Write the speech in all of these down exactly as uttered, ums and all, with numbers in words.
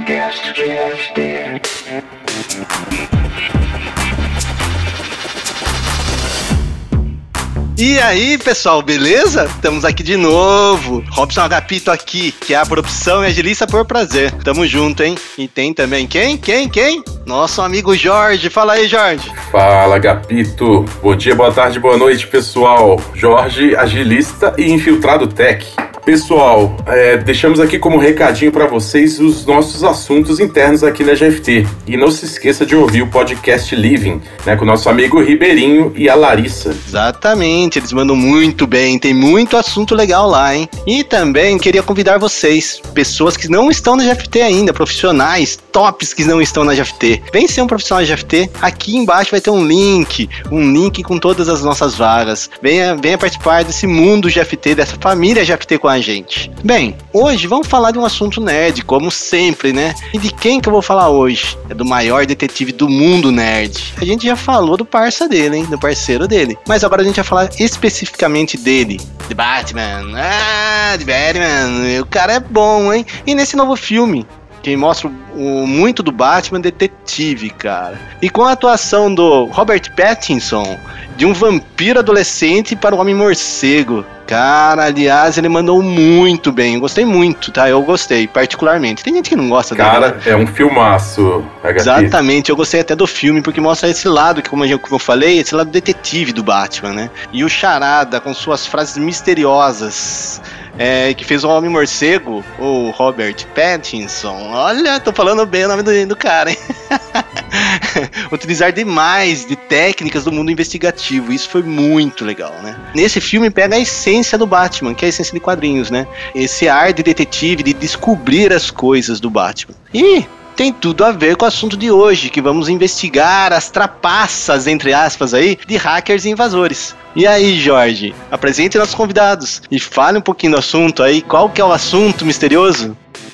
Podcast G F T. E aí, pessoal, beleza? Estamos aqui de novo. Robson Agapito aqui, que é a profissão e agilista por prazer. Tamo junto, hein? E tem também quem? Quem? Quem? Nosso amigo Jorge. Fala aí, Jorge. Fala, Agapito. Bom dia, boa tarde, boa noite, pessoal. Jorge, agilista e infiltrado tech. Pessoal, é, deixamos aqui como recadinho para vocês os nossos assuntos internos aqui na G F T. E não se esqueça de ouvir o podcast Living, né, com o nosso amigo Ribeirinho e a Larissa. Exatamente, eles mandam muito bem, tem muito assunto legal lá, hein? E também queria convidar vocês, pessoas que não estão na G F T ainda, profissionais, tops que não estão na G F T. Vem ser um profissional da G F T, aqui embaixo vai ter um link, um link com todas as nossas vagas. Venha, venha participar desse mundo G F T, dessa família G F T com a gente. Bem, hoje vamos falar de um assunto nerd, como sempre, né? E de quem que eu vou falar hoje? É do maior detetive do mundo nerd. A gente já falou do parça dele, hein? Do parceiro dele. Mas agora a gente vai falar especificamente dele. De Batman. Ah, de Batman. O cara é bom, hein? E nesse novo filme, que mostra o, muito do Batman detetive, cara. E com a atuação do Robert Pattinson, de um vampiro adolescente para o Homem-Morcego. Cara, aliás, ele mandou muito bem. Eu gostei muito, tá? Eu gostei, particularmente. Tem gente que não gosta dele. Cara, né? É um filmaço, H P. Exatamente, eu gostei até do filme, porque mostra esse lado, que como eu falei, esse lado detetive do Batman, né? E o Charada, com suas frases misteriosas, é, que fez o Homem-Morcego, o Robert Pattinson. Olha, tô falando bem o nome do, do cara, hein? Utilizar demais de técnicas do mundo investigativo. Isso foi muito legal, né? Nesse filme pega a essência do Batman, que é a essência de quadrinhos, né? Esse ar de detetive, de descobrir as coisas do Batman. E tem tudo a ver com o assunto de hoje, que vamos investigar as trapaças, entre aspas, aí, de hackers e invasores. E aí, Jorge, apresente nossos convidados e fale um pouquinho do assunto aí. Qual que é o assunto misterioso?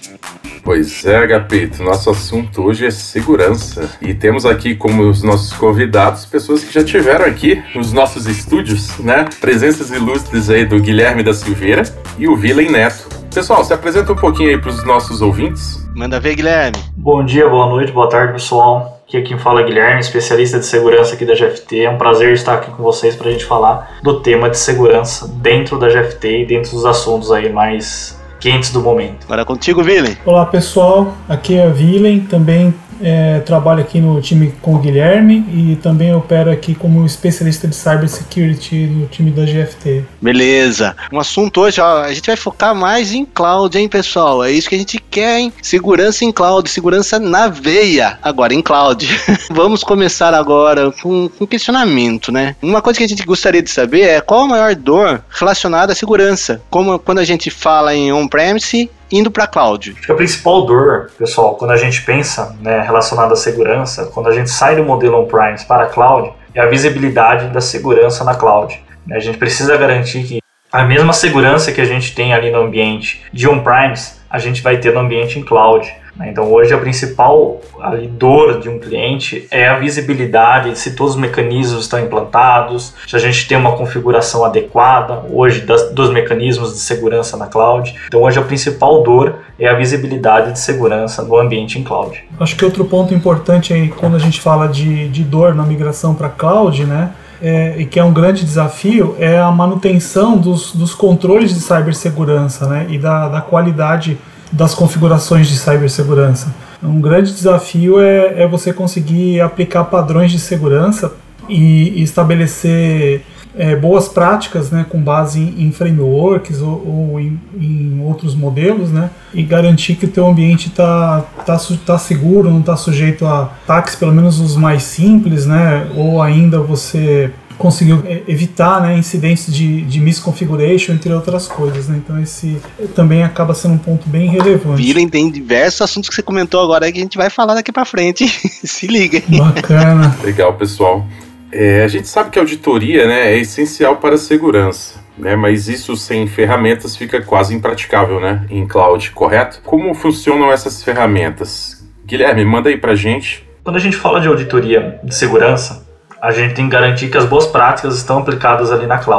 Pois é, Agapito, nosso assunto hoje é segurança. E temos aqui como os nossos convidados pessoas que já tiveram aqui nos nossos estúdios, né? Presenças ilustres aí do Guilherme da Silveira e o Vilen Neto. Pessoal, se apresenta um pouquinho aí para os nossos ouvintes. Manda ver, Guilherme. Bom dia, boa noite, boa tarde, pessoal. Aqui é quem fala é Guilherme, especialista de segurança aqui da G F T. É um prazer estar aqui com vocês para a gente falar do tema de segurança dentro da G F T e dentro dos assuntos aí mais quentes do momento. Agora contigo, Vilen. Olá, pessoal. Aqui é Vilen, também é, trabalho aqui no time com o Guilherme e também opero aqui como especialista de Cybersecurity no time da G F T. Beleza. Um assunto hoje, ó, a gente vai focar mais em cloud, hein, pessoal? É isso que a gente quer, hein? Segurança em cloud, segurança na veia, agora em cloud. Vamos começar agora com um questionamento, né? Uma coisa que a gente gostaria de saber é qual a maior dor relacionada à segurança, como quando a gente fala em on-premise indo para cloud. Acho que a principal dor, pessoal, quando a gente pensa, né, relacionada à segurança, quando a gente sai do modelo on-premise para a cloud, é a visibilidade da segurança na cloud. A gente precisa garantir que a mesma segurança que a gente tem ali no ambiente de on-premise, a gente vai ter no ambiente em cloud. Então hoje a principal ali, dor de um cliente é a visibilidade, se todos os mecanismos estão implantados, se a gente tem uma configuração adequada hoje das, dos mecanismos de segurança na cloud. Então hoje a principal dor é a visibilidade de segurança do ambiente em cloud. Acho que outro ponto importante aí quando a gente fala de, de dor na migração para cloud, né? É, e que é um grande desafio, é a manutenção dos, dos controles de cibersegurança, né? E da, da qualidade das configurações de cibersegurança. Um grande desafio é, é você conseguir aplicar padrões de segurança e, e estabelecer é, boas práticas, né, com base em, em frameworks ou, ou em, em outros modelos, né, e garantir que o teu ambiente está tá, tá seguro, não está sujeito a ataques, pelo menos os mais simples, né, ou ainda você conseguiu evitar, né, incidentes de, de misconfiguration, entre outras coisas, né? Então esse também acaba sendo um ponto bem relevante. Vilen, tem diversos assuntos que você comentou agora que a gente vai falar daqui pra frente. Se liga. Bacana. Legal, pessoal. É, a gente sabe que a auditoria, né, é essencial para a segurança, né, mas isso sem ferramentas fica quase impraticável, né, em cloud, correto? Como funcionam essas ferramentas? Guilherme, manda aí pra gente. Quando a gente fala de auditoria de segurança, a gente tem que garantir que as boas práticas estão aplicadas ali na cloud.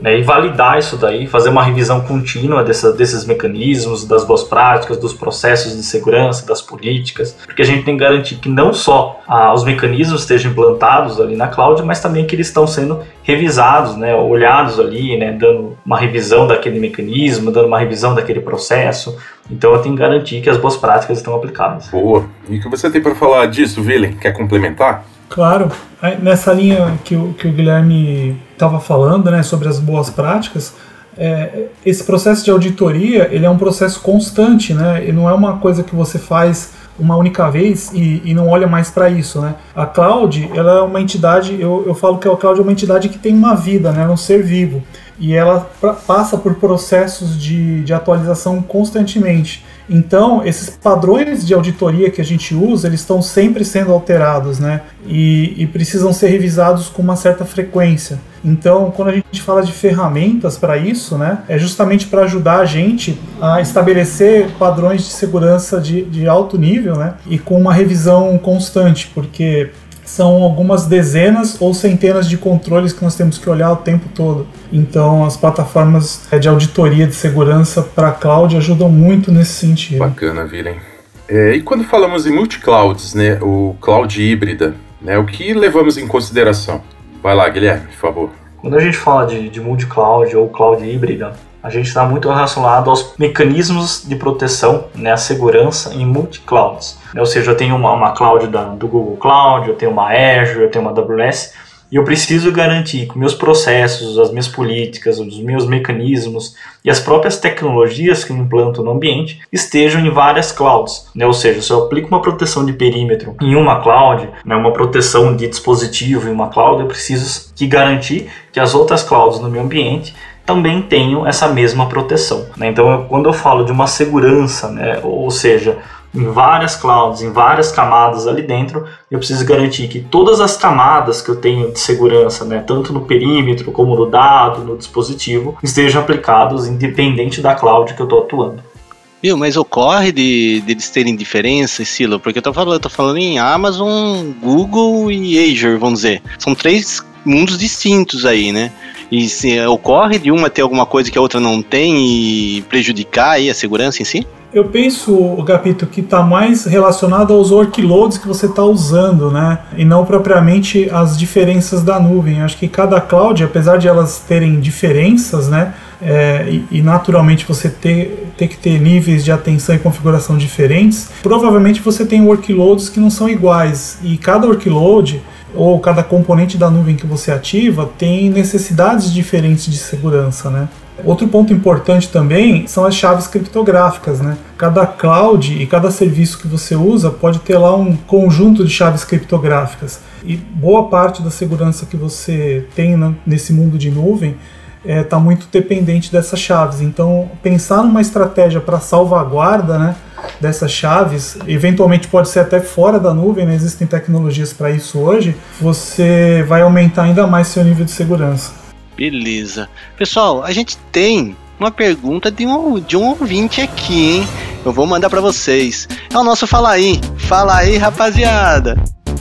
né, e validar isso daí, fazer uma revisão contínua dessa, desses mecanismos, das boas práticas, dos processos de segurança, das políticas, porque a gente tem que garantir que não só ah, os mecanismos estejam implantados ali na cloud, mas também que eles estão sendo revisados, né, olhados ali, né, dando uma revisão daquele mecanismo, dando uma revisão daquele processo. Então eu tenho que garantir que as boas práticas estão aplicadas. Boa. E o que você tem para falar disso, Willem? Quer complementar? Claro. Nessa linha que o, que o Guilherme estava falando, né, sobre as boas práticas, é, esse processo de auditoria ele é um processo constante, né, e não é uma coisa que você faz uma única vez e, e não olha mais para isso, né? A cloud, ela é uma entidade, eu, eu falo que a cloud é uma entidade que tem uma vida, né? É um ser vivo, e ela pra, passa por processos de, de atualização constantemente. Então, esses padrões de auditoria que a gente usa, eles estão sempre sendo alterados, né? E, e precisam ser revisados com uma certa frequência. Então, quando a gente fala de ferramentas para isso, né, é justamente para ajudar a gente a estabelecer padrões de segurança de, de alto nível, né, e com uma revisão constante, porque são algumas dezenas ou centenas de controles que nós temos que olhar o tempo todo. Então, as plataformas de auditoria de segurança para a cloud ajudam muito nesse sentido. Bacana, Willem. É, e quando falamos em multiclouds, né, o cloud híbrida, né, o que levamos em consideração? Vai lá, Guilherme, por favor. Quando a gente fala de, de multi-cloud ou cloud híbrida, a gente está muito relacionado aos mecanismos de proteção, né, a segurança em multi-clouds. Ou seja, eu tenho uma, uma cloud da, do Google Cloud, eu tenho uma Azure, eu tenho uma A W S, e eu preciso garantir que meus processos, as minhas políticas, os meus mecanismos e as próprias tecnologias que eu implanto no ambiente estejam em várias clouds, né? Ou seja, se eu aplico uma proteção de perímetro em uma cloud, né, uma proteção de dispositivo em uma cloud, eu preciso que garantir que as outras clouds no meu ambiente também tenham essa mesma proteção, né? Então, eu, quando eu falo de uma segurança, né, ou seja, em várias clouds, em várias camadas ali dentro, eu preciso garantir que todas as camadas que eu tenho de segurança, né, tanto no perímetro como no dado, no dispositivo, estejam aplicados independente da cloud que eu estou atuando. Viu, mas ocorre de, de eles terem diferença, Silo? Porque eu tô falando, eu tô falando em Amazon, Google e Azure, vamos dizer. São três mundos distintos aí, né? E se ocorre de uma ter alguma coisa que a outra não tem e prejudicar aí a segurança em si? Eu penso, Gapito, que está mais relacionado aos workloads que você está usando, né? E não propriamente as diferenças da nuvem. Acho que cada cloud, apesar de elas terem diferenças, né? É, e, e naturalmente você ter, ter que ter níveis de atenção e configuração diferentes, provavelmente você tem workloads que não são iguais. E cada workload ou cada componente da nuvem que você ativa tem necessidades diferentes de segurança, né? Outro ponto importante também são as chaves criptográficas, né? Cada cloud e cada serviço que você usa pode ter lá um conjunto de chaves criptográficas. E boa parte da segurança que você tem nesse mundo de nuvem está é, muito dependente dessas chaves. Então, pensar numa estratégia para salvaguarda, né, dessas chaves, eventualmente pode ser até fora da nuvem, né? Existem tecnologias para isso hoje, você vai aumentar ainda mais seu nível de segurança. Beleza. Pessoal, a gente tem uma pergunta de um, de um ouvinte aqui, hein? Eu vou mandar para vocês. É o nosso Fala Aí. Fala aí, rapaziada.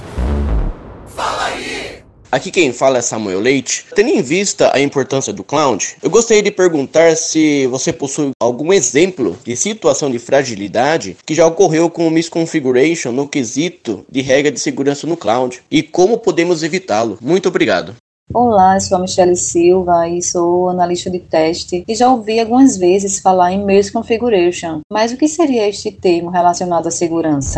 Fala aí. Aqui quem fala é Samuel Leite. Tendo em vista a importância do cloud, eu gostaria de perguntar se você possui algum exemplo de situação de fragilidade que já ocorreu com o misconfiguration no quesito de regra de segurança no cloud e como podemos evitá-lo. Muito obrigado. Olá, eu sou a Michele Silva e sou analista de teste e já ouvi algumas vezes falar em misconfiguration, mas o que seria este termo relacionado à segurança?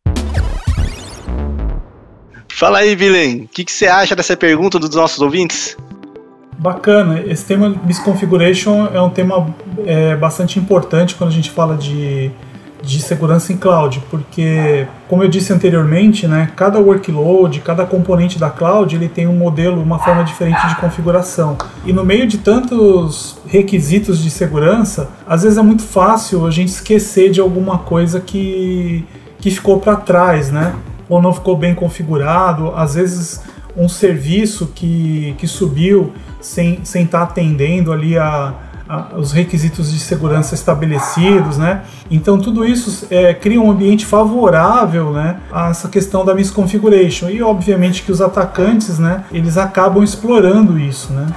Fala aí, Willem, o que, que você acha dessa pergunta dos nossos ouvintes? Bacana, esse tema misconfiguration é um tema é, bastante importante quando a gente fala de de segurança em cloud, porque, como eu disse anteriormente, né, cada workload, cada componente da cloud, ele tem um modelo, uma forma diferente de configuração. E no meio de tantos requisitos de segurança, às vezes é muito fácil a gente esquecer de alguma coisa que, que ficou para trás, né, ou não ficou bem configurado. Às vezes um serviço que, que subiu sem sem estar atendendo ali a os requisitos de segurança estabelecidos, né? Então tudo isso é, cria um ambiente favorável, né, a essa questão da misconfiguration, e obviamente que os atacantes, né, eles acabam explorando isso, né?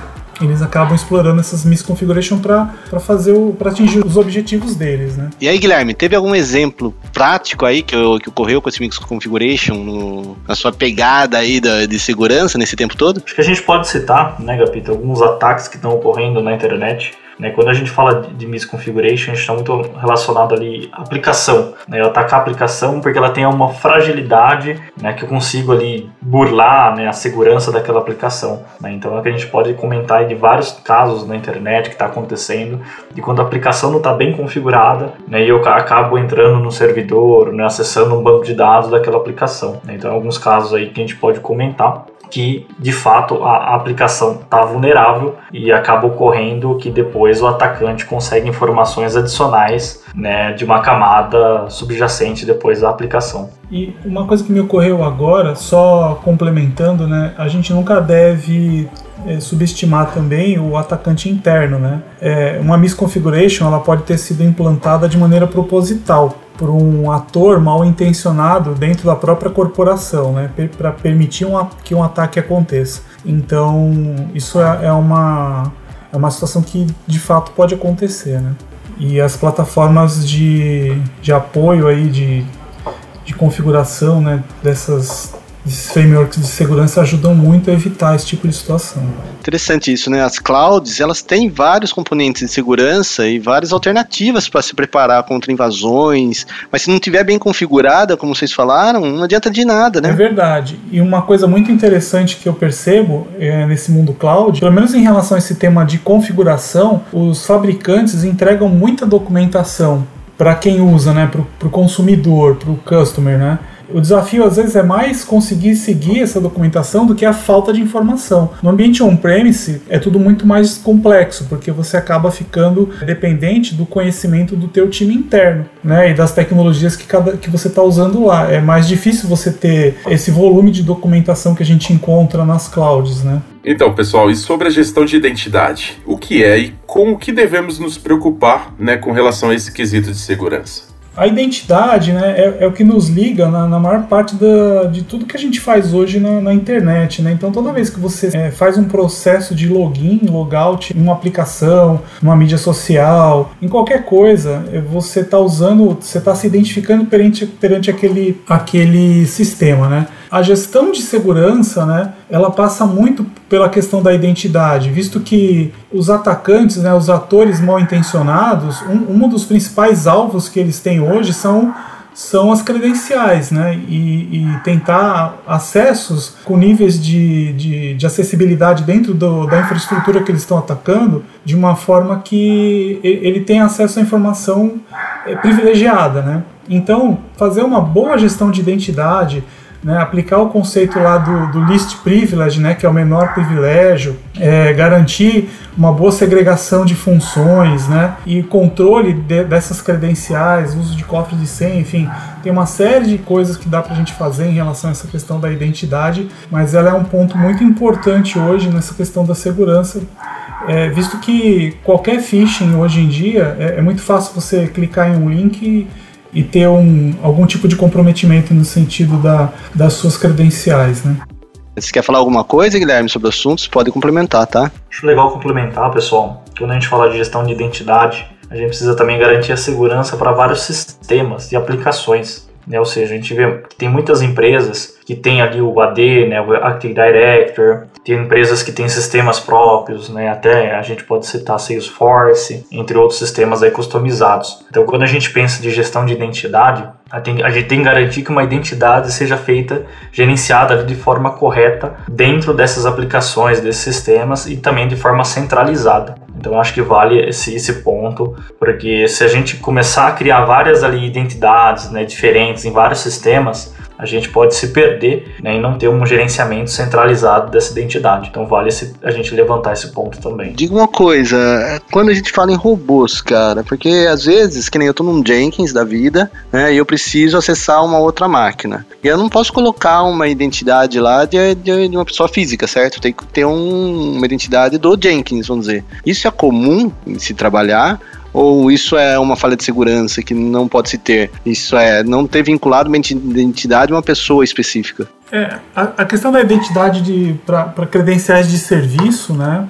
eles acabam explorando essas misconfiguration para fazer o, para atingir os objetivos deles, né? E aí, Guilherme, teve algum exemplo prático aí que, que ocorreu com esse misconfiguration no, na sua pegada aí da, de segurança nesse tempo todo? Acho que a gente pode citar, né, Gapito, alguns ataques que estão ocorrendo na internet. Né, quando a gente fala de misconfiguration, a gente está muito relacionado ali à aplicação, né, eu atacar a aplicação porque ela tem uma fragilidade, né, que eu consigo ali burlar, né, a segurança daquela aplicação, né, então é o que a gente pode comentar de vários casos na internet que está acontecendo, de quando a aplicação não está bem configurada, né, e eu acabo entrando no servidor, né, acessando um banco de dados daquela aplicação, né, então alguns casos aí que a gente pode comentar, que de fato a, a aplicação está vulnerável e acaba ocorrendo que depois o atacante consegue informações adicionais, né, de uma camada subjacente depois da aplicação. E uma coisa que me ocorreu agora, só complementando, né, a gente nunca deve é, subestimar também o atacante interno, né? É, uma misconfiguration ela pode ter sido implantada de maneira proposital por um ator mal intencionado dentro da própria corporação, né, para permitir um, que um ataque aconteça. Então, isso é, é, uma, é uma situação que de fato pode acontecer, né? E as plataformas de, de apoio aí, de, de configuração, né, dessas esses frameworks de segurança ajudam muito a evitar esse tipo de situação. Interessante isso, né? As clouds, elas têm vários componentes de segurança e várias alternativas para se preparar contra invasões, mas se não estiver bem configurada, como vocês falaram, não adianta de nada, né? É verdade. E uma coisa muito interessante que eu percebo é, nesse mundo cloud, pelo menos em relação a esse tema de configuração, os fabricantes entregam muita documentação para quem usa, né? Para o consumidor, para o customer, né? O desafio, às vezes, é mais conseguir seguir essa documentação do que a falta de informação. No ambiente on-premise, é tudo muito mais complexo, porque você acaba ficando dependente do conhecimento do teu time interno, né, e das tecnologias que, cada, que você está usando lá. É mais difícil você ter esse volume de documentação que a gente encontra nas clouds, né? Então, pessoal, e sobre a gestão de identidade? O que é e com o que devemos nos preocupar, né, com relação a esse quesito de segurança? A identidade, né, é, é o que nos liga na, na maior parte da, de tudo que a gente faz hoje na, na internet, né? Então toda vez que você é, faz um processo de login, logout em uma aplicação, numa mídia social, em qualquer coisa, você está usando, você está se identificando perante, perante aquele, aquele sistema, né? A gestão de segurança, né, ela passa muito pela questão da identidade, visto que os atacantes, né, os atores mal intencionados, um, um dos principais alvos que eles têm hoje são, são as credenciais, né, e, e tentar acessos com níveis de, de, de acessibilidade dentro do, da infraestrutura que eles estão atacando, de uma forma que ele tenha acesso à informação privilegiada, né. Então, fazer uma boa gestão de identidade, né, aplicar o conceito lá do, do least privilege, né, que é o menor privilégio, é, garantir uma boa segregação de funções, né, e controle de, dessas credenciais, uso de cofre de senha, enfim, tem uma série de coisas que dá para a gente fazer em relação a essa questão da identidade, mas ela é um ponto muito importante hoje nessa questão da segurança, é, visto que qualquer phishing hoje em dia é, é muito fácil você clicar em um link e e ter um, algum tipo de comprometimento no sentido da, das suas credenciais, né? Se quer falar alguma coisa, Guilherme, sobre o assunto, você pode complementar, tá? Acho legal complementar, pessoal. Quando a gente fala de gestão de identidade, a gente precisa também garantir a segurança para vários sistemas e aplicações, né? Ou seja, a gente vê que tem muitas empresas que tem ali o A D, né, o Active Director, tem empresas que têm sistemas próprios, né, até a gente pode citar Salesforce, entre outros sistemas aí customizados. Então, quando a gente pensa de gestão de identidade, a gente tem que garantir que uma identidade seja feita, gerenciada ali de forma correta dentro dessas aplicações, desses sistemas e também de forma centralizada. Então, acho que vale esse, esse ponto, porque se a gente começar a criar várias ali identidades, né, diferentes em vários sistemas, a gente pode se perder, né, e não ter um gerenciamento centralizado dessa identidade. Então vale esse, a gente levantar esse ponto também. Diga uma coisa, quando a gente fala em robôs, cara, porque às vezes, que nem eu tô num Jenkins da vida, né, e eu preciso acessar uma outra máquina. E eu não posso colocar uma identidade lá de, de, de uma pessoa física, certo? Tem que ter um, uma identidade do Jenkins, vamos dizer. Isso é comum em se trabalhar? Ou isso é uma falha de segurança que não pode se ter? Isso é, não ter vinculado uma identidade a uma pessoa específica? É, a, a questão da identidade para credenciais de serviço, né,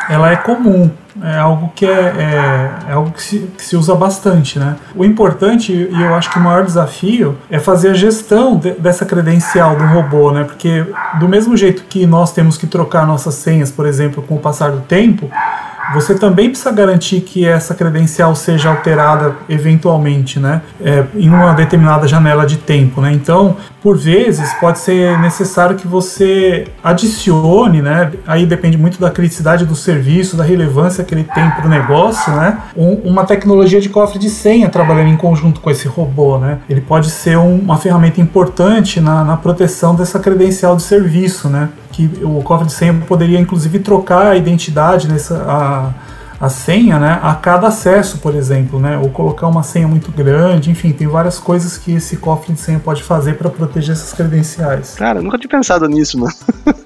ela é comum. É algo que, é, é, é algo que se, que se usa bastante, né? O importante, e eu acho que o maior desafio, é fazer a gestão de, dessa credencial do robô, né? Porque do mesmo jeito que nós temos que trocar nossas senhas, por exemplo, com o passar do tempo, você também precisa garantir que essa credencial seja alterada eventualmente, né? É, em uma determinada janela de tempo, né? Então, por vezes, pode ser necessário que você adicione, né? Aí depende muito da criticidade do serviço, da relevância que ele tem para o negócio, né? Um, uma tecnologia de cofre de senha trabalhando em conjunto com esse robô, né? Ele pode ser um, uma ferramenta importante na, na proteção dessa credencial de serviço, né? Que o cofre de senha poderia inclusive trocar a identidade, nessa, a, a senha, né, a cada acesso, por exemplo, né, ou colocar uma senha muito grande, enfim, tem várias coisas que esse cofre de senha pode fazer para proteger essas credenciais. Cara, eu nunca tinha pensado nisso, mano.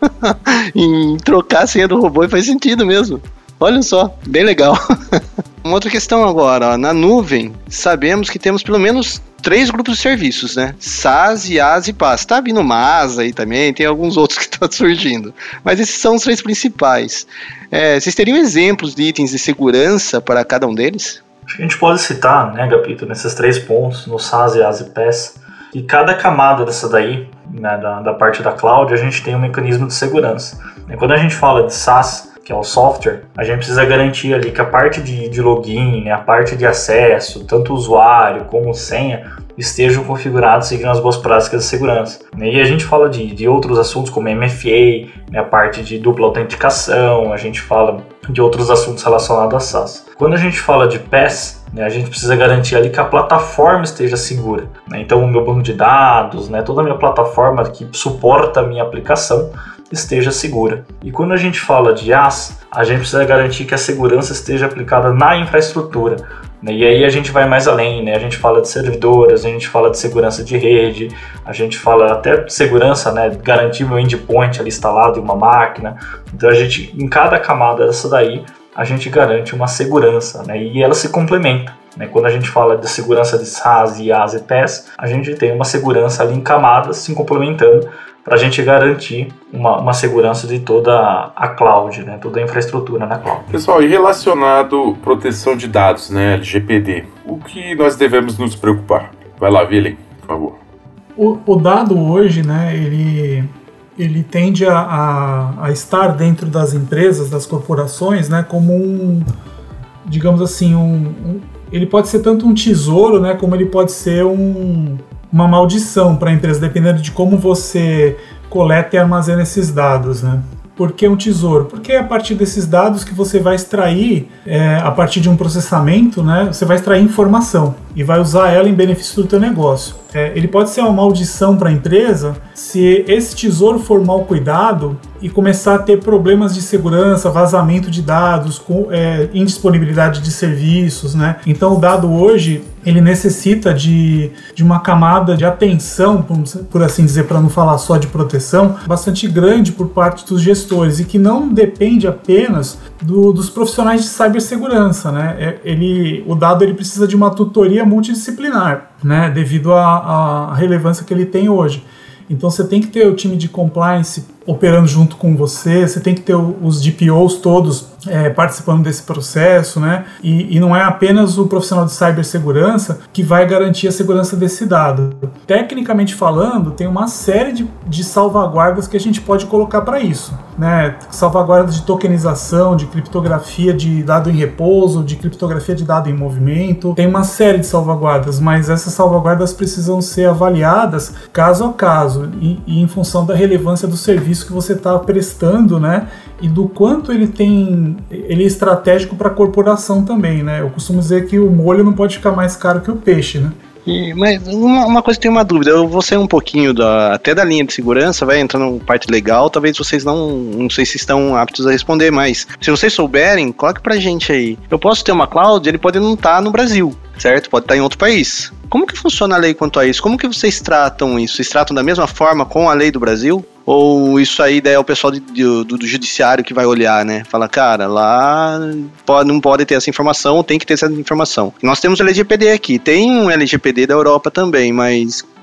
Em trocar a senha do robô, e faz sentido mesmo. Olha só, bem legal. Uma outra questão agora, ó, na nuvem, sabemos que temos pelo menos três grupos de serviços, né? SaaS, IaaS e PaaS. Tá vindo MaaS aí também, tem alguns outros que estão surgindo. Mas esses são os três principais. É, vocês teriam exemplos de itens de segurança para cada um deles? Acho que a gente pode citar, né, Gapito, nesses três pontos, no SaaS, IaaS e PaaS, e cada camada dessa daí, né, da, da parte da cloud, a gente tem um mecanismo de segurança. E quando a gente fala de SaaS, que é o software, a gente precisa garantir ali que a parte de, de login, né, a parte de acesso, tanto o usuário como senha, estejam configurados seguindo as boas práticas de segurança. E a gente fala de, de outros assuntos como M F A, né, a parte de dupla autenticação, a gente fala de outros assuntos relacionados a SaaS. Quando a gente fala de PaaS, né, a gente precisa garantir ali que a plataforma esteja segura. Né? Então o meu banco de dados, né, toda a minha plataforma que suporta a minha aplicação, esteja segura. E quando a gente fala de IaaS, a gente precisa garantir que a segurança esteja aplicada na infraestrutura. Né? E aí a gente vai mais além, né? A gente fala de servidores, a gente fala de segurança de rede, a gente fala até de segurança, né? Garantir meu endpoint ali instalado em uma máquina. Então a gente, em cada camada dessa daí, a gente garante uma segurança, né? E ela se complementa. Né? Quando a gente fala de segurança de SaaS, IaaS e PaaS, a gente tem uma segurança ali em camadas se complementando, para a gente garantir uma, uma segurança de toda a cloud, né? Toda a infraestrutura na cloud. Pessoal, e relacionado à proteção de dados, né, L G P D, o que nós devemos nos preocupar? Vai lá, Willem, por favor. O, o dado hoje, né, ele, ele tende a, a, a estar dentro das empresas, das corporações, né, como um, digamos assim, um, um, ele pode ser tanto um tesouro, né, como ele pode ser um... uma maldição para a empresa, dependendo de como você coleta e armazena esses dados, né? Por que um tesouro? Porque é a partir desses dados que você vai extrair, é, a partir de um processamento, né? Você vai extrair informação e vai usar ela em benefício do teu negócio. É, ele pode ser uma maldição para a empresa se esse tesouro for mal cuidado e começar a ter problemas de segurança, vazamento de dados, com, é, indisponibilidade de serviços, né? Então o dado hoje ele necessita de, de uma camada de atenção, por assim dizer, para não falar só de proteção, bastante grande por parte dos gestores e que não depende apenas do, dos profissionais de cibersegurança, né? É, ele, o dado ele precisa de uma tutoria multidisciplinar, né? Devido à relevância que ele tem hoje. Então você tem que ter o time de compliance operando junto com você, você tem que ter os D P Os todos é, participando desse processo, né? E, e não é apenas o profissional de cibersegurança que vai garantir a segurança desse dado. Tecnicamente falando, tem uma série de, de salvaguardas que a gente pode colocar para isso, né? Salvaguardas de tokenização, de criptografia de dado em repouso, de criptografia de dado em movimento. Tem uma série de salvaguardas, mas essas salvaguardas precisam ser avaliadas caso a caso e, e em função da relevância do serviço que você está prestando, né? E do quanto ele tem, ele é estratégico para a corporação também, né? Eu costumo dizer que o molho não pode ficar mais caro que o peixe, né? E, mas uma, uma coisa que eu tenho uma dúvida, eu vou sair um pouquinho da, até da linha de segurança, vai entrar na parte legal, talvez vocês não, não sei se estão aptos a responder, mas se vocês souberem, coloque pra gente aí. Eu posso ter uma cloud, ele pode não estar no Brasil, certo? Pode estar em outro país. Como que funciona a lei quanto a isso? Como que vocês tratam isso? Vocês tratam da mesma forma com a lei do Brasil? Ou isso aí daí é o pessoal de, de, do, do judiciário que vai olhar, né? Fala, cara, lá pode, não pode ter essa informação, tem que ter essa informação. Nós temos o L G P D aqui, tem um L G P D da Europa também, mas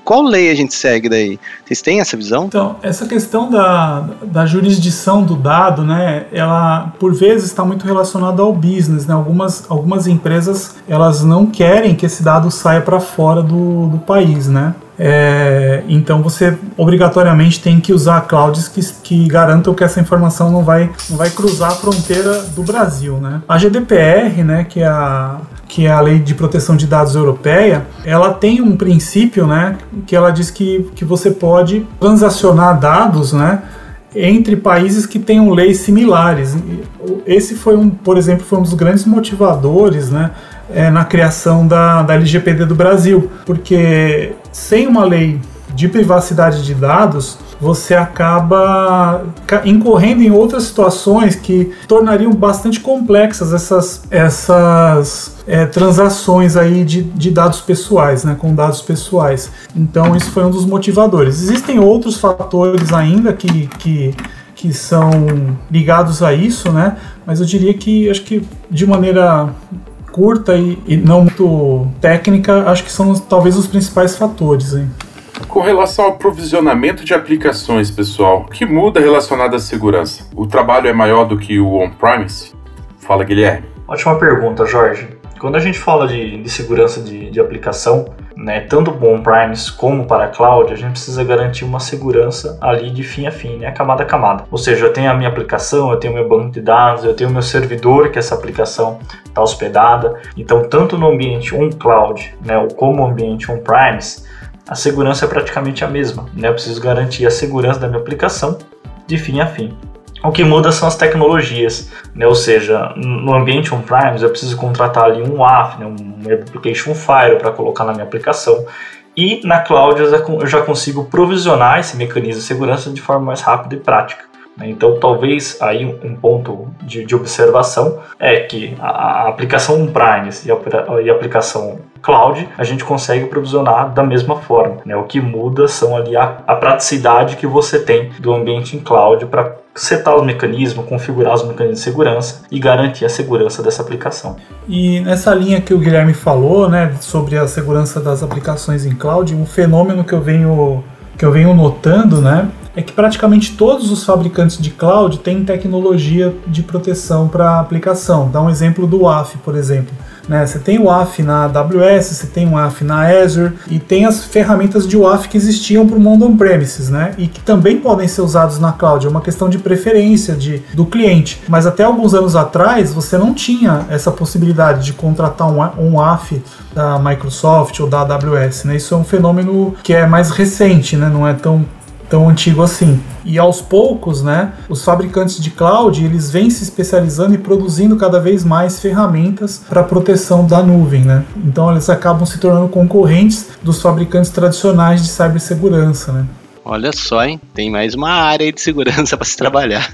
qual lei a gente segue daí? Vocês têm essa visão? Então, essa questão da, da jurisdição do dado, né, ela por vezes está muito relacionada ao business, né? Algumas, algumas empresas, elas não querem que esse dado saia para fora do, do país, né? É, então você obrigatoriamente tem que usar clouds que, que garantam que essa informação não vai, não vai cruzar a fronteira do Brasil, né? A G D P R, né, que é a, que é a Lei de Proteção de Dados Europeia, ela tem um princípio, né, que ela diz que, que você pode transacionar dados, né, entre países que tenham leis similares. Esse foi um, por exemplo, foi um dos grandes motivadores, né, é, na criação da, da L G P D do Brasil, porque sem uma lei de privacidade de dados, você acaba incorrendo em outras situações que tornariam bastante complexas essas, essas é, transações aí de, de dados pessoais, né, com dados pessoais. Então isso foi um dos motivadores. Existem outros fatores ainda que, que, que são ligados a isso, né, mas eu diria que, acho que de maneira curta e, e não muito técnica, acho que são talvez os principais fatores, hein. Com relação ao provisionamento de aplicações, pessoal, o que muda relacionado à segurança? O trabalho é maior do que o on-premise? Fala, Guilherme. Ótima pergunta, Jorge. Quando a gente fala de, de segurança de, de aplicação, né, tanto on-premise como para a cloud, a gente precisa garantir uma segurança ali de fim a fim, né, camada a camada. Ou seja, eu tenho a minha aplicação, eu tenho meu banco de dados, eu tenho meu servidor que essa aplicação está hospedada. Então, tanto no ambiente on-cloud, né, ou como no ambiente on-premise, a segurança é praticamente a mesma, né? Eu preciso garantir a segurança da minha aplicação de fim a fim. O que muda são as tecnologias, né? Ou seja, no ambiente on-premise eu preciso contratar ali um W A F, né? um Web Application Firewall para colocar na minha aplicação, e na cloud eu já consigo provisionar esse mecanismo de segurança de forma mais rápida e prática. Então, talvez aí um ponto de, de observação é que a, a aplicação on-premise e a, e a aplicação cloud, a gente consegue provisionar da mesma forma, né? O que muda são ali a, a praticidade que você tem do ambiente em cloud para setar os mecanismos, configurar os mecanismos de segurança e garantir a segurança dessa aplicação. E nessa linha que o Guilherme falou, né, sobre a segurança das aplicações em cloud, um fenômeno que eu venho, que eu venho notando, né, é que praticamente todos os fabricantes de cloud têm tecnologia de proteção para a aplicação. Dá um exemplo do W A F, por exemplo. Né, você tem o W A F na A W S, você tem o W A F na Azure e tem as ferramentas de W A F que existiam para o mundo on-premises, né, e que também podem ser usados na cloud. É uma questão de preferência de, do cliente. Mas até alguns anos atrás você não tinha essa possibilidade de contratar um, um W A F da Microsoft ou da A W S. Né. Isso é um fenômeno que é mais recente, né, não é tão tão antigo assim. E aos poucos, né, os fabricantes de cloud, eles vêm se especializando e produzindo cada vez mais ferramentas para proteção da nuvem, né? Então eles acabam se tornando concorrentes dos fabricantes tradicionais de cibersegurança, né? Olha só, hein? Tem mais uma área de segurança para se trabalhar.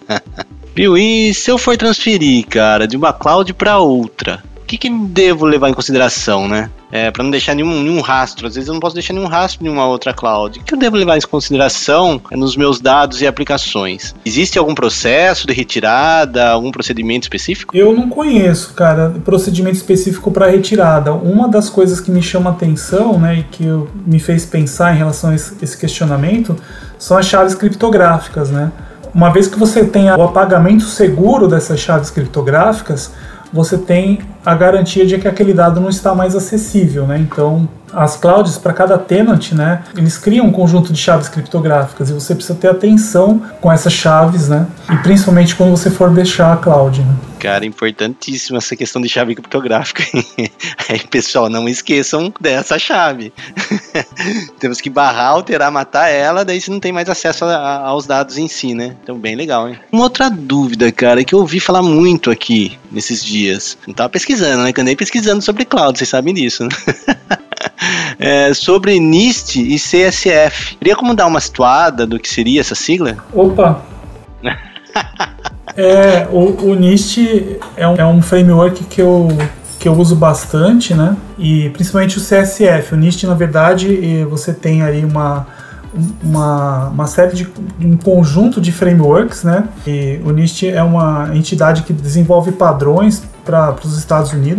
Viu? E se eu for transferir, cara, de uma cloud para outra, o que, que devo levar em consideração, né? É, para não deixar nenhum, nenhum rastro. Às vezes eu não posso deixar nenhum rastro em uma outra cloud. O que eu devo levar em consideração nos meus dados e aplicações? Existe algum processo de retirada, algum procedimento específico? Eu não conheço, cara, procedimento específico para retirada. Uma das coisas que me chama a atenção, né, e que eu, me fez pensar em relação a esse, esse questionamento, são as chaves criptográficas, né? Uma vez que você tem o apagamento seguro dessas chaves criptográficas, você tem a garantia de que aquele dado não está mais acessível, né? Então, as clouds, para cada tenant, né, eles criam um conjunto de chaves criptográficas e você precisa ter atenção com essas chaves, né? E principalmente quando você for deixar a cloud, né? Cara, importantíssima essa questão de chave criptográfica. Aí, pessoal, não esqueçam dessa chave. Temos que barrar, alterar, matar ela, daí você não tem mais acesso a, aos dados em si, né? Então, bem legal, hein? Uma outra dúvida, cara, que eu ouvi falar muito aqui nesses dias. Não tava pesquisando, né? Que eu andei pesquisando sobre cloud, vocês sabem disso, né? É, sobre NIST e C S F. Teria como dar uma situada do que seria essa sigla? Opa! é, o, o NIST é um, é um framework que eu, que eu uso bastante, né? E principalmente o C S F. O NIST, na verdade, você tem aí uma, uma, uma série de um conjunto de frameworks, né? E o NIST é uma entidade que desenvolve padrões para os Estados Unidos.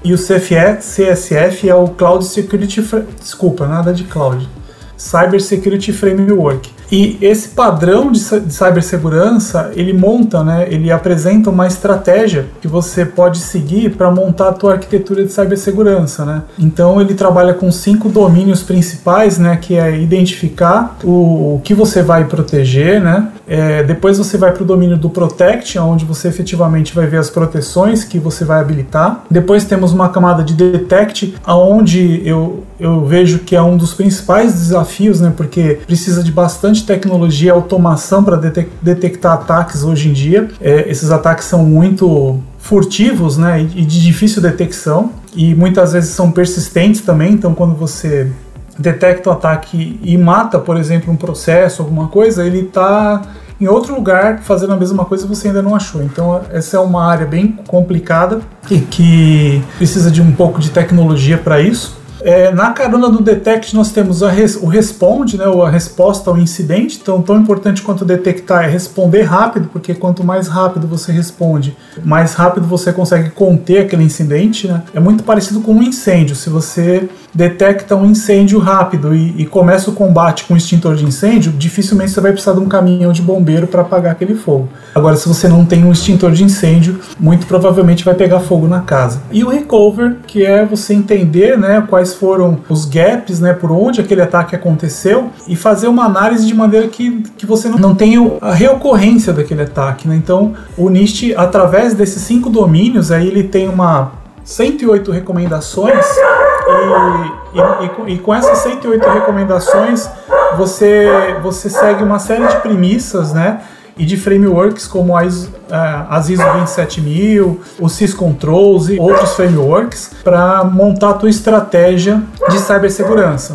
E o C F E, C S F é o Cloud Security... Desculpa, nada de Cloud. Cyber Security Framework. E esse padrão de, de cibersegurança, ele monta, né, ele apresenta uma estratégia que você pode seguir para montar a tua arquitetura de cibersegurança, né? Então ele trabalha com cinco domínios principais, né, que é identificar o, o que você vai proteger, né? É, depois você vai para o domínio do Protect, onde você efetivamente vai ver as proteções que você vai habilitar. Depois temos uma camada de Detect, onde eu, eu vejo que é um dos principais desafios, né, porque precisa de bastante tecnologia e automação para detec- detectar ataques hoje em dia. É, esses ataques são muito furtivos, né, e de difícil detecção, e muitas vezes são persistentes também. Então quando você detecta o ataque e mata, por exemplo, um processo, alguma coisa, ele está em outro lugar fazendo a mesma coisa e você ainda não achou. Então essa é uma área bem complicada e que precisa de um pouco de tecnologia para isso. É, na carona do Detect nós temos a res, o Responde, né, a resposta ao incidente. Então, tão importante quanto detectar é responder rápido, porque quanto mais rápido você responde, mais rápido você consegue conter aquele incidente, né? É muito parecido com um incêndio. Se você detecta um incêndio rápido e, e começa o combate com um extintor de incêndio, dificilmente você vai precisar de um caminhão de bombeiro para apagar aquele fogo. Agora, se você não tem um extintor de incêndio, muito provavelmente vai pegar fogo na casa. E o Recover, que é você entender, né, quais foram os gaps, né, por onde aquele ataque aconteceu, e fazer uma análise de maneira que, que você não, não tenha a reocorrência daquele ataque, né? Então, o NIST, através desses cinco domínios, aí ele tem uma cento e oito recomendações, e, e, e, e com essas cento e oito recomendações você, você segue uma série de premissas, né, e de frameworks como as, as ISO vinte e sete mil, o SysControls e outros frameworks para montar a tua estratégia de cibersegurança.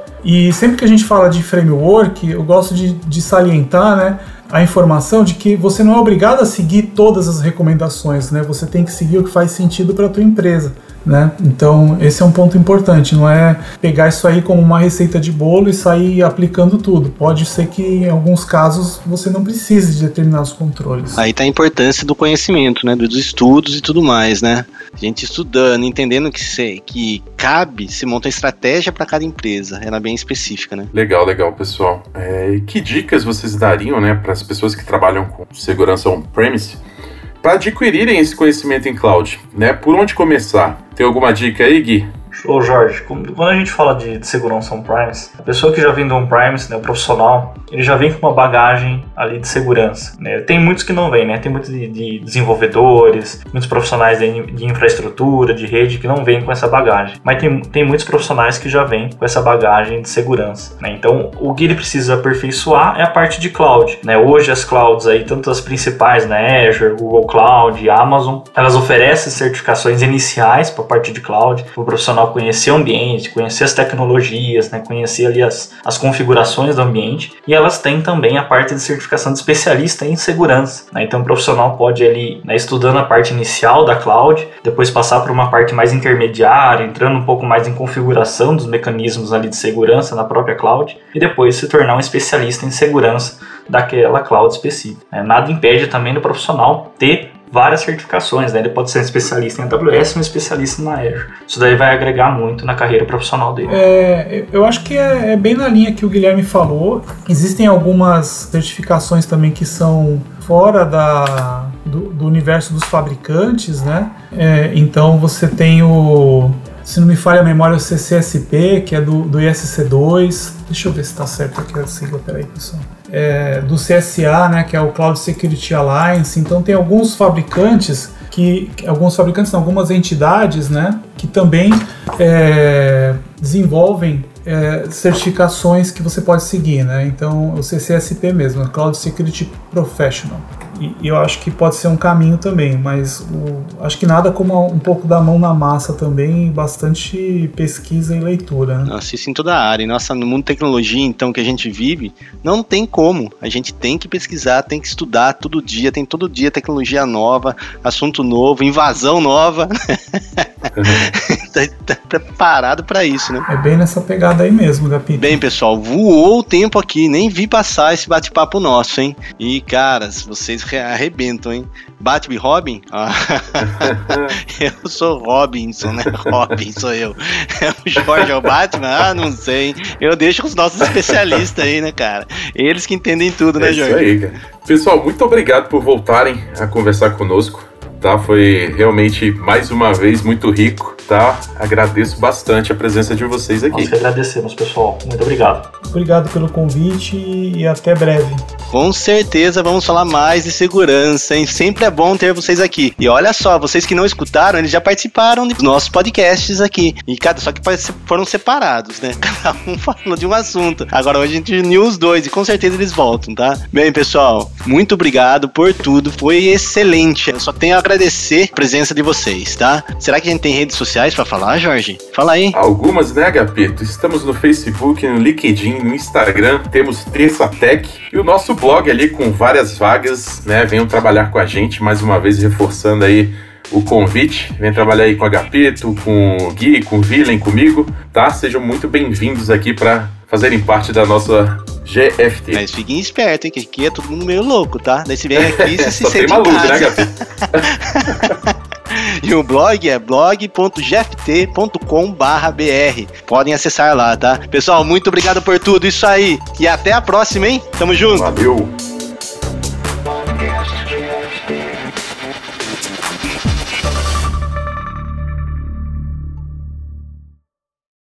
E sempre que a gente fala de framework, eu gosto de, de salientar, né, a informação de que você não é obrigado a seguir todas as recomendações, né? Você tem que seguir o que faz sentido para a tua empresa, né? Então esse é um ponto importante, não é pegar isso aí como uma receita de bolo e sair aplicando tudo. Pode ser que em alguns casos você não precise de determinados controles. Aí tá a importância do conhecimento, né? Dos estudos e tudo mais, né? A gente estudando, entendendo que, se, que cabe se montar estratégia para cada empresa. Ela é bem específica, né? Legal, legal, pessoal. É, que dicas vocês dariam, né, para as pessoas que trabalham com segurança on-premise para adquirirem esse conhecimento em cloud, né? Por onde começar? Tem alguma dica aí, Gui? Ô Jorge, quando a gente fala de, de segurança on-premise, a pessoa que já vem do on-premise, né, o profissional, ele já vem com uma bagagem ali de segurança, né? Tem muitos que não vêm, né? Tem muitos de, de desenvolvedores, muitos profissionais de, de infraestrutura, de rede, que não vêm com essa bagagem. Mas tem, tem muitos profissionais que já vêm com essa bagagem de segurança, né? Então, o que ele precisa aperfeiçoar é a parte de cloud, né? Hoje as clouds aí, tanto as principais, né, Azure, Google Cloud, Amazon, elas oferecem certificações iniciais para a parte de cloud, para o profissional conhecer o ambiente, conhecer as tecnologias, né, conhecer ali as, as configurações do ambiente, e elas têm também a parte de certificação de especialista em segurança, né? Então o profissional pode ali, né, estudando a parte inicial da cloud, depois passar para uma parte mais intermediária, entrando um pouco mais em configuração dos mecanismos ali de segurança na própria cloud, e depois se tornar um especialista em segurança daquela cloud específica, né? Nada impede também do profissional ter várias certificações, né? Ele pode ser um especialista em A W S e um especialista na Azure. Isso daí vai agregar muito na carreira profissional dele. É, eu acho que é, é bem na linha que o Guilherme falou. Existem algumas certificações também que são fora da, do, do universo dos fabricantes, né? É, então você tem o, se não me falha a memória, o C C S P, que é do, do I S C dois. Deixa eu ver se está certo aqui a sigla, peraí, pessoal. É, do C S A, né, que é o Cloud Security Alliance. Então tem alguns fabricantes que, alguns fabricantes, não, algumas entidades, né, que também é, desenvolvem é, certificações que você pode seguir, né? Então o C C S P mesmo, Cloud Security Professional. E, e eu acho que pode ser um caminho também, mas o, acho que nada como um pouco da mão na massa também, bastante pesquisa e leitura, né? Nossa, isso em toda a área. Nossa, no mundo de tecnologia, então, que a gente vive, não tem como. A gente tem que pesquisar, tem que estudar todo dia, tem todo dia tecnologia nova, assunto novo, invasão nova. tá, tá preparado pra isso, né? É bem nessa pegada aí mesmo, Gapito. Bem, pessoal, voou o tempo aqui, nem vi passar esse bate-papo nosso, hein? E, caras, vocês arrebentam, hein? Batman e Robin? Ah. Eu sou Robinson, né? Robin sou eu. O Jorge é o Batman? Ah, não sei, hein? Eu deixo com os nossos especialistas aí, né, cara? Eles que entendem tudo, né, é Jorge? Isso aí, cara. Pessoal, muito obrigado por voltarem a conversar conosco. Tá, foi realmente mais uma vez muito rico, tá? Agradeço bastante a presença de vocês aqui. Nós que agradecemos, pessoal. Muito obrigado. Obrigado pelo convite e até breve. Com certeza vamos falar mais de segurança, hein? Sempre é bom ter vocês aqui. E olha só, vocês que não escutaram, eles já participaram dos nossos podcasts aqui. E cada só que foram separados, né? Cada um falando de um assunto. Agora hoje a gente uniu os dois e com certeza eles voltam, tá? Bem, pessoal, muito obrigado por tudo. Foi excelente. Eu só tenho a agradecer a presença de vocês, tá? Será que a gente tem redes sociais pra falar, Jorge? Fala aí. Algumas, né, Agapeto? Estamos no Facebook, no LinkedIn, no Instagram, temos Terça Tech e o nosso blog ali com várias vagas, né? Venham trabalhar com a gente, mais uma vez reforçando aí o convite. Vem trabalhar aí com o Agapeto, com o Gui, com o Villain, comigo, tá? Sejam muito bem-vindos aqui para fazerem parte da nossa G F T. Mas fiquem espertos, hein? Que aqui é todo mundo meio louco, tá? Daí se vem aqui e se Só sente tem maluco, em casa. né, Agapeto? E o blog é blog ponto g f t ponto com barra b r. Podem acessar lá, tá? Pessoal, muito obrigado por tudo. Isso aí. E até a próxima, hein? Tamo junto. Valeu!